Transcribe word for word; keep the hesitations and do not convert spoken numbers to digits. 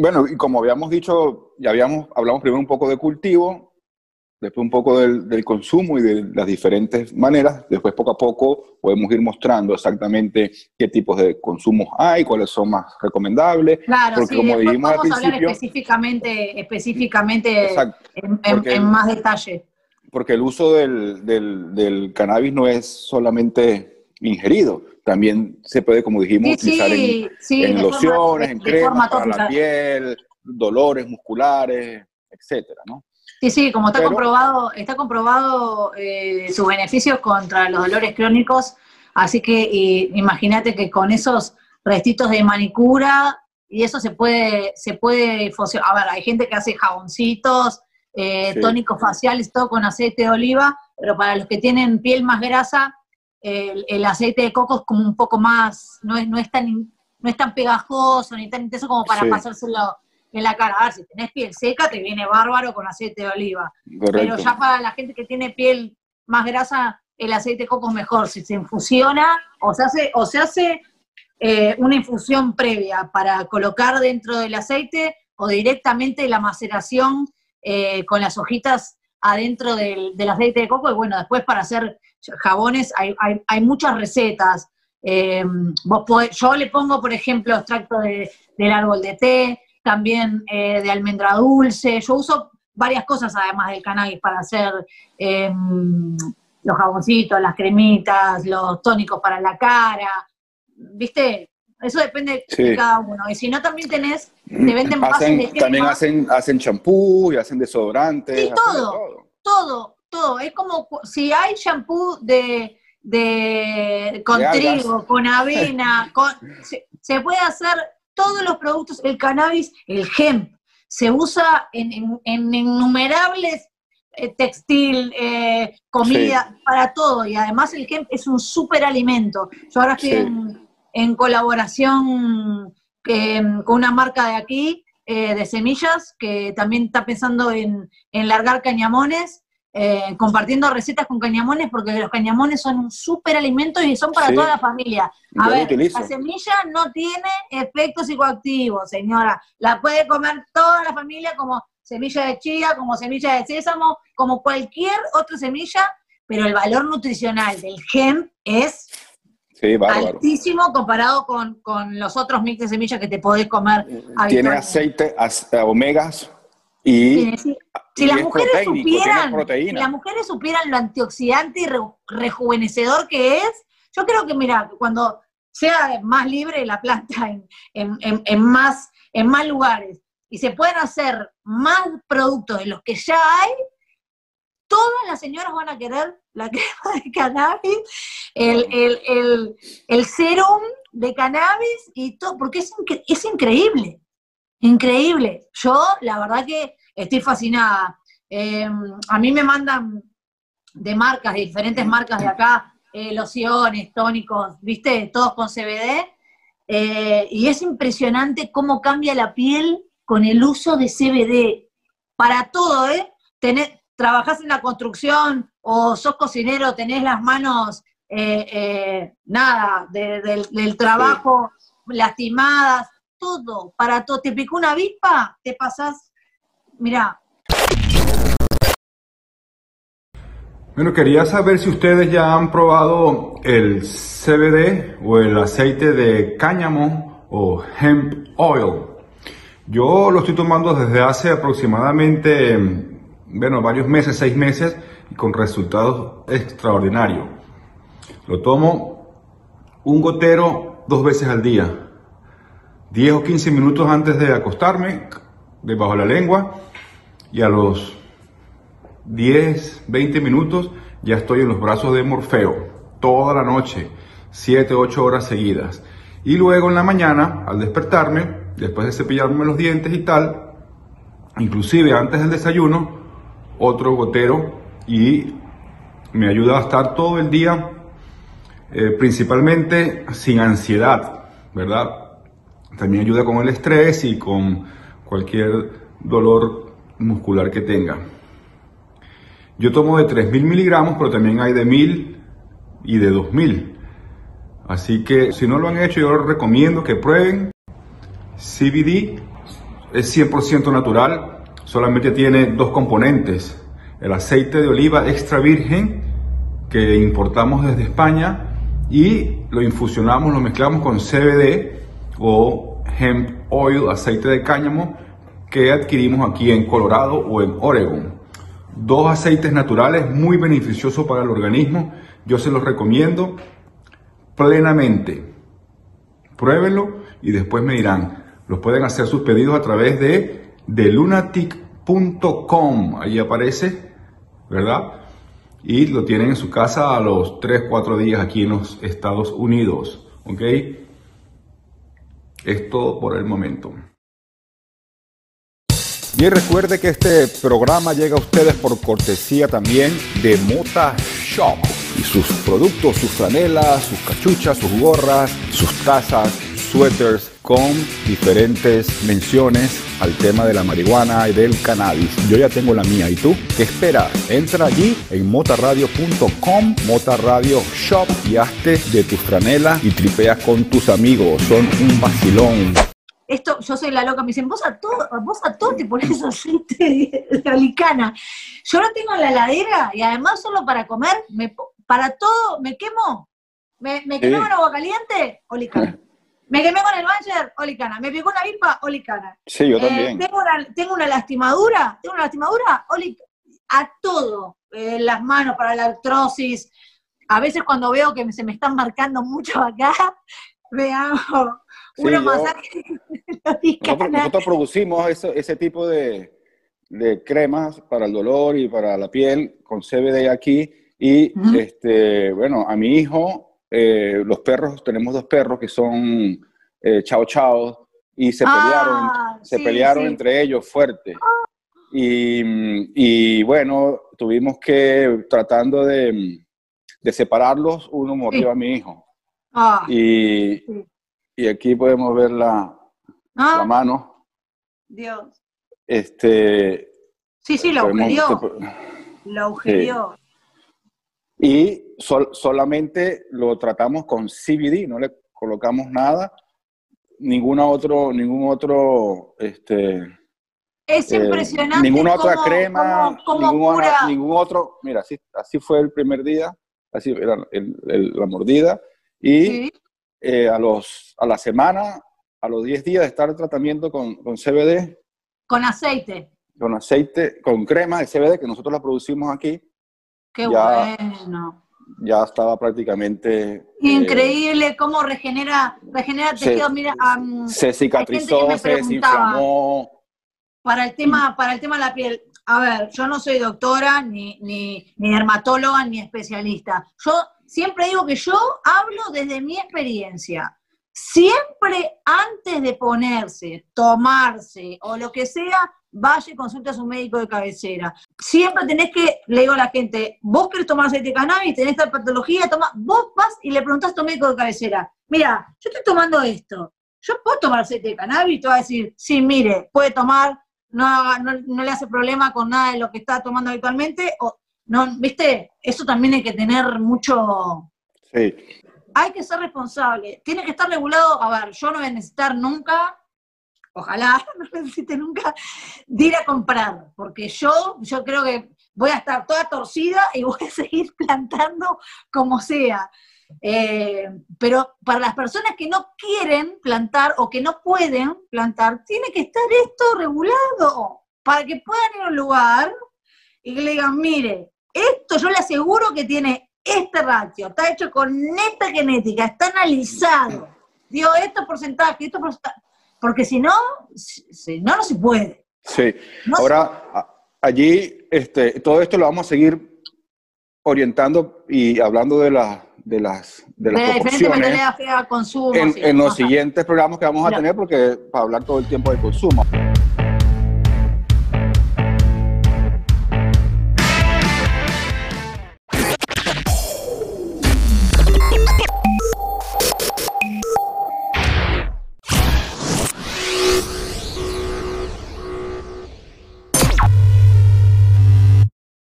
bueno, y como habíamos dicho, ya habíamos, hablamos primero un poco de cultivo, después un poco del, del consumo y de las diferentes maneras. Después, poco a poco, podemos ir mostrando exactamente qué tipos de consumos hay, cuáles son más recomendables. Claro, Porque sí, como después dijimos al podemos hablar principio, específicamente, específicamente exacto, en, en, porque en el, más detalle. porque el uso del, del, del cannabis no es solamente ingerido, también se puede, como dijimos, Sí, utilizar en, sí, sí, en de forma, lociones, de, en de cremas forma para la tópica. piel, dolores musculares, etcétera, ¿no? Sí, sí, como está Pero, comprobado, está comprobado eh, sus beneficios contra los dolores crónicos, así que eh, imagínate que con esos restitos de manicura y eso se puede, se puede funcionar. A ver, hay gente que hace jaboncitos, eh, sí, tónicos faciales, todo con aceite de oliva, pero para los que tienen piel más grasa, el, el aceite de coco es como un poco más, no es, no es tan, no es tan pegajoso ni tan intenso como para sí, pasárselo en la cara. A ver, si tenés piel seca, te viene bárbaro con aceite de oliva. Pero correcto. ya para la gente que tiene piel más grasa, el aceite de coco es mejor. Si se infusiona o se hace, o se hace eh, una infusión previa para colocar dentro del aceite o directamente la maceración eh, con las hojitas adentro del, del aceite de coco. Y bueno, después para hacer jabones hay, hay, hay muchas recetas. Eh, vos podés, yo le pongo, por ejemplo, extracto de, del árbol de té, también eh, de almendra dulce. Yo uso varias cosas además del cannabis para hacer eh, los jaboncitos, las cremitas, los tónicos para la cara, ¿viste? Eso depende de Sí. cada uno. Y si no, también tenés, te venden bases de Hacen, también crema. hacen, hacen champú y hacen desodorantes, Sí, hacen de todo, todo. todo, todo. Es como si hay shampoo de, de De con algas. trigo, con avena, con, se, se puede hacer todos los productos. El cannabis, el hemp, se usa en, en, en innumerables eh, textil, eh, Sí, comida, para todo. Y además el hemp es un superalimento. Yo ahora estoy sí. en, en colaboración eh, con una marca de aquí, eh, de semillas, que también está pensando en, en largar cañamones, eh, compartiendo recetas con cañamones, porque los cañamones son un súper alimento y son para toda Sí, la familia. A yo lo ver, la utilizo. semilla no tiene efectos psicoactivos, señora. La puede comer toda la familia como semilla de chía, como semilla de sésamo, como cualquier otra semilla, pero el valor nutricional del hemp es Sí, bárbaro. altísimo comparado con, con los otros mix de semillas que te podés comer Tiene habitualmente. aceite, as- omegas y, Tiene, si, si y las es mujeres proteínico, tiene supieran, si las proteína. mujeres supieran lo antioxidante y re, rejuvenecedor que es, yo creo que, mira, cuando sea más libre la planta en, en, en, en, más, en más lugares y se pueden hacer más productos de los que ya hay, todas las señoras van a querer la crema de cannabis, el, Claro. el, el, el serum de cannabis y todo, porque es, incre es increíble, increíble. Yo, la verdad que estoy fascinada. Eh, a mí me mandan de marcas, de diferentes marcas de acá, eh, lociones, tónicos, ¿viste? Todos con C B D. Eh, y es impresionante cómo cambia la piel con el uso de C B D. Para todo, ¿eh? Tenés, trabajás en la construcción o sos cocinero, tenés las manos, eh, eh, nada, de, de, del Sí. trabajo, lastimadas, todo, para todo. ¿Te picó una avispa? Te pasás, mirá. Bueno, quería saber si ustedes ya han probado el C B D o el aceite de cáñamo o hemp oil. Yo lo estoy tomando desde hace aproximadamente, bueno, varios meses, seis meses, y con resultados extraordinarios. Lo tomo un gotero dos veces al día, diez o quince minutos antes de acostarme, debajo de la lengua, y a los diez, veinte minutos ya estoy en los brazos de Morfeo, toda la noche, siete, ocho horas seguidas. Y luego en la mañana, al despertarme, después de cepillarme los dientes y tal, inclusive antes del desayuno, otro gotero, y me ayuda a estar todo el día, eh, principalmente sin ansiedad, ¿verdad? También ayuda con el estrés y con cualquier dolor muscular que tenga. Yo tomo de tres mil miligramos, pero también hay de mil y de dos mil. Así que si no lo han hecho, yo les recomiendo que prueben C B D, es cien por ciento natural, solamente tiene dos componentes. El aceite de oliva extra virgen que importamos desde España y lo infusionamos, lo mezclamos con C B D o hemp oil, aceite de cáñamo, que adquirimos aquí en Colorado o en Oregon. Dos aceites naturales muy beneficiosos para el organismo. Yo se los recomiendo plenamente. Pruébenlo y después me dirán. Los pueden hacer sus pedidos a través de de lunatic punto com. Ahí aparece, ¿verdad? Y lo tienen en su casa a los tres cuatro días aquí en los Estados Unidos. ¿Ok? Es todo por el momento. Y recuerde que este programa llega a ustedes por cortesía también de Mota Shop y sus productos, sus franelas, sus cachuchas, sus gorras, sus tazas, suéteres con diferentes menciones al tema de la marihuana y del cannabis. Yo ya tengo la mía. ¿Y tú? ¿Qué esperas? Entra allí en mota radio punto com, Mota Radio Shop, y hazte de tus franelas y tripeas con tus amigos. Son un vacilón. Esto, yo soy la loca, me dicen, vos a todo, vos a todo te pones aceite de, de olicana. Yo lo tengo en la heladera y además solo para comer, me, para todo, me quemo. Me, me quemé Sí. con agua caliente, olicana. Me quemé con el bañer, olicana. Me picó una avispa, olicana. Sí, yo Eh, también. tengo, una, tengo una lastimadura, tengo una lastimadura, olicana. A todo. Eh, las manos para la artrosis. A veces cuando veo que se me están marcando mucho acá, me hago Sí, unos yo- masajes de olicana. Nosotros, nosotros producimos ese, ese tipo de, de cremas para el dolor y para la piel con C B D aquí. Y, Ujú. este, bueno, a mi hijo, eh, los perros, tenemos dos perros que son eh, chao chao y se pelearon, Ah, se sí, pelearon sí. entre ellos fuerte. Y, y bueno, tuvimos que, tratando de, de separarlos, uno mordió Sí. a mi hijo. Ah, Y, sí. y aquí podemos ver la, Ah, la mano. Dios. Este, Sí, sí, lo podemos- agerió. se- Lo agerió. y sol- solamente lo tratamos con C B D, no le colocamos nada, ninguna otro, ningún otro, este, Es eh, impresionante ninguna otra cómo, crema, cómo, cómo ninguna- cura. ningún otro, mira, así, así fue el primer día, así era el- el- la mordida, y Sí. eh, a, los, a la semana, a los diez días de estar en tratamiento con, con C B D, Con aceite. con aceite, con crema de C B D, que nosotros la producimos aquí, Qué Ya. bueno. ya estaba prácticamente... eh, Increíble cómo regenera, regenera se, tejido. Mira, um, se hay gente cicatrizó, que me se preguntaba, desinflamó. para el tema, para el tema de la piel. A ver, yo no soy doctora, ni, ni, ni dermatóloga, ni especialista. Yo siempre digo que yo hablo desde mi experiencia. Siempre antes de ponerse, tomarse o lo que sea, vaya y consulte a su médico de cabecera. Siempre tenés que, le digo a la gente, vos querés tomar aceite de cannabis, tenés esta patología, toma, vos vas y le preguntás a tu médico de cabecera, mira, yo estoy tomando esto, ¿yo puedo tomar aceite de cannabis? Te va a decir, sí, mire, puede tomar, no, haga- no, no le hace problema con nada de lo que está tomando habitualmente, o, no, ¿viste? Eso también hay que tener mucho... Sí. Hay que ser responsable, tiene que estar regulado. A ver, yo no voy a necesitar nunca, ojalá no necesite nunca, de ir a comprar, porque yo, yo creo que voy a estar toda torcida y voy a seguir plantando como sea. Eh, pero para las personas que no quieren plantar o que no pueden plantar, tiene que estar esto regulado para que puedan ir a un lugar y que le digan, mire, esto yo le aseguro que tiene este ratio, está hecho con esta genética, está analizado, dio estos porcentajes, estos porcentajes, porque si no, si, si no, no se puede. Sí. No Ahora, a- allí, este, todo esto lo vamos a seguir orientando y hablando de, la, de las, de de las la diferente proporciones mentalidad fea, consumo. en, sí, en los ajá. siguientes programas que vamos a Claro. tener, porque para hablar todo el tiempo de consumo.